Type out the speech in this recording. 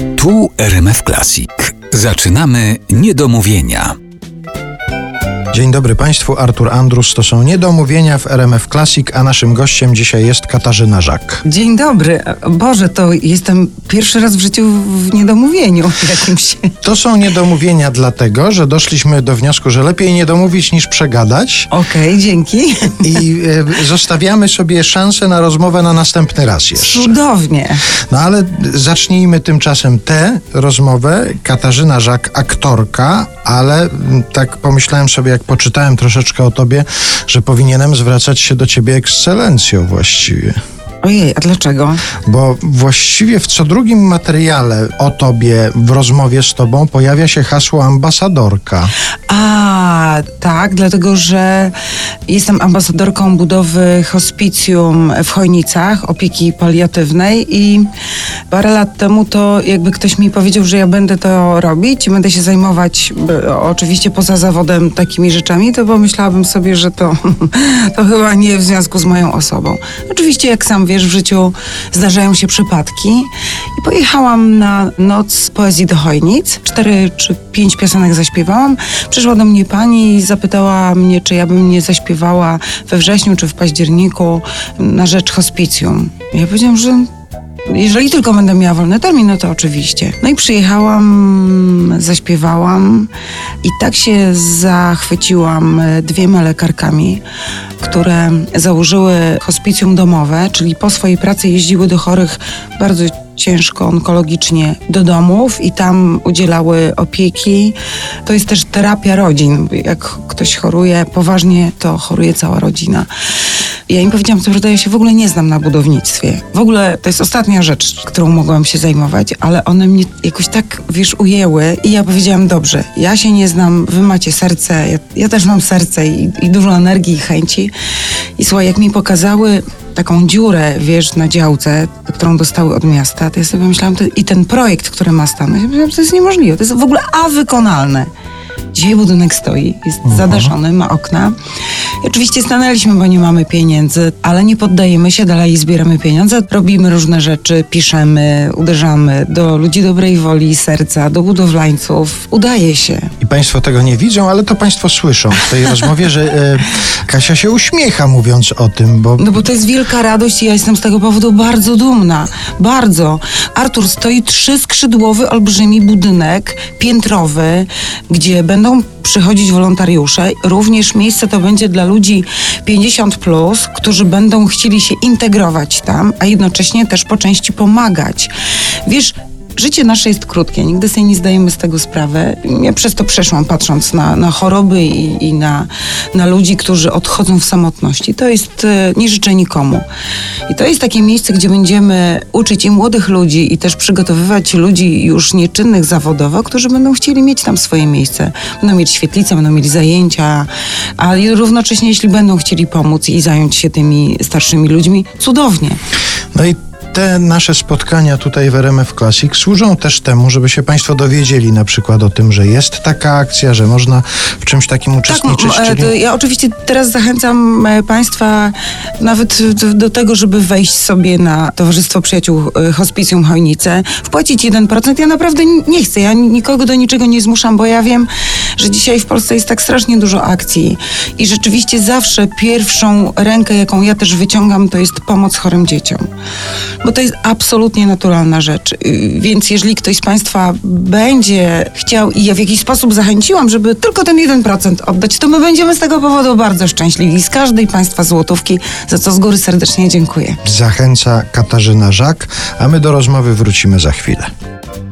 Tu RMF Classic. Zaczynamy niedomówienia. Dzień dobry Państwu, Artur Andrus, to są niedomówienia w RMF Classic, a naszym gościem dzisiaj jest Katarzyna Żak. Dzień dobry. Boże, to jestem pierwszy raz w życiu w niedomówieniu jakimś. To są niedomówienia dlatego, że doszliśmy do wniosku, że lepiej nie domówić niż przegadać. Okej, dzięki. I zostawiamy sobie szansę na rozmowę na następny raz jeszcze. Cudownie. No ale zacznijmy tymczasem tę rozmowę. Katarzyna Żak, aktorka, ale tak pomyślałem sobie, jak poczytałem troszeczkę o tobie, że powinienem zwracać się do ciebie ekscelencjo właściwie. Ojej, a dlaczego? Bo właściwie w co drugim materiale o tobie, w rozmowie z tobą pojawia się hasło ambasadorka. A, tak, dlatego, że jestem ambasadorką budowy hospicjum w Chojnicach, opieki paliatywnej i parę lat temu to jakby ktoś mi powiedział, że ja będę to robić i będę się zajmować oczywiście poza zawodem takimi rzeczami, to pomyślałabym sobie, że to chyba nie w związku z moją osobą. Oczywiście, jak sam wiesz, w życiu zdarzają się przypadki i pojechałam na noc poezji do Chojnic. 4 czy 5 piosenek zaśpiewałam. Przyszła do mnie pani i zapytała mnie, czy ja bym nie zaśpiewała we wrześniu czy w październiku na rzecz hospicjum. Ja powiedziałam, że jeżeli tylko będę miała wolny termin, no to oczywiście. No i przyjechałam, zaśpiewałam i tak się zachwyciłam 2 lekarkami, które założyły hospicjum domowe, czyli po swojej pracy jeździły do chorych bardzo ciężko onkologicznie do domów i tam udzielały opieki. To jest też terapia rodzin. Jak ktoś choruje poważnie, to choruje cała rodzina. Ja im powiedziałam, co prawda ja się w ogóle nie znam na budownictwie. W ogóle to jest ostatnia rzecz, którą mogłam się zajmować, ale one mnie jakoś tak, wiesz, ujęły i ja powiedziałam, dobrze, ja się nie znam, wy macie serce, ja też mam serce i dużo energii i chęci. I słuchaj, jak mi pokazały taką dziurę, wiesz, na działce, którą dostały od miasta, to ja sobie myślałam, i ten projekt, który ma stanąć, ja myślałam, że to jest niemożliwe, to jest w ogóle wykonalne. Dzisiaj budynek stoi, jest zadaszony, ma okna. I oczywiście stanęliśmy, bo nie mamy pieniędzy, ale nie poddajemy się, dalej zbieramy pieniądze, robimy różne rzeczy, piszemy, uderzamy do ludzi dobrej woli, serca, do budowlańców. Udaje się. I Państwo tego nie widzą, ale to Państwo słyszą w tej rozmowie, że Kasia się uśmiecha, mówiąc o tym, bo... No bo to jest wielka radość i ja jestem z tego powodu bardzo dumna. Bardzo. Artur, stoi 3-skrzydłowy, olbrzymi budynek piętrowy, gdzie będą przychodzić wolontariusze. Również miejsce to będzie dla ludzi 50+, którzy będą chcieli się integrować tam, a jednocześnie też po części pomagać. Wiesz, życie nasze jest krótkie, nigdy sobie nie zdajemy z tego sprawy. Ja przez to przeszłam, patrząc na choroby i na ludzi, którzy odchodzą w samotności. To jest, nie życzę nikomu. I to jest takie miejsce, gdzie będziemy uczyć i młodych ludzi i też przygotowywać ludzi już nieczynnych zawodowo, którzy będą chcieli mieć tam swoje miejsce. Będą mieć świetlice, będą mieli zajęcia, ale równocześnie, jeśli będą chcieli pomóc i zająć się tymi starszymi ludźmi, cudownie. No i te nasze spotkania tutaj w RMF Classic służą też temu, żeby się Państwo dowiedzieli na przykład o tym, że jest taka akcja, że można w czymś takim uczestniczyć. Tak, ja oczywiście teraz zachęcam Państwa nawet do tego, żeby wejść sobie na Towarzystwo Przyjaciół Hospicjum Chojnice, wpłacić 1%. Ja naprawdę nie chcę, ja nikogo do niczego nie zmuszam, bo ja wiem, że dzisiaj w Polsce jest tak strasznie dużo akcji i rzeczywiście zawsze pierwszą rękę, jaką ja też wyciągam, to jest pomoc chorym dzieciom. Bo to jest absolutnie naturalna rzecz. Więc jeżeli ktoś z Państwa będzie chciał i ja w jakiś sposób zachęciłam, żeby tylko ten 1% oddać, to my będziemy z tego powodu bardzo szczęśliwi. Z każdej Państwa złotówki, za co z góry serdecznie dziękuję. Zachęca Katarzyna Żak, a my do rozmowy wrócimy za chwilę.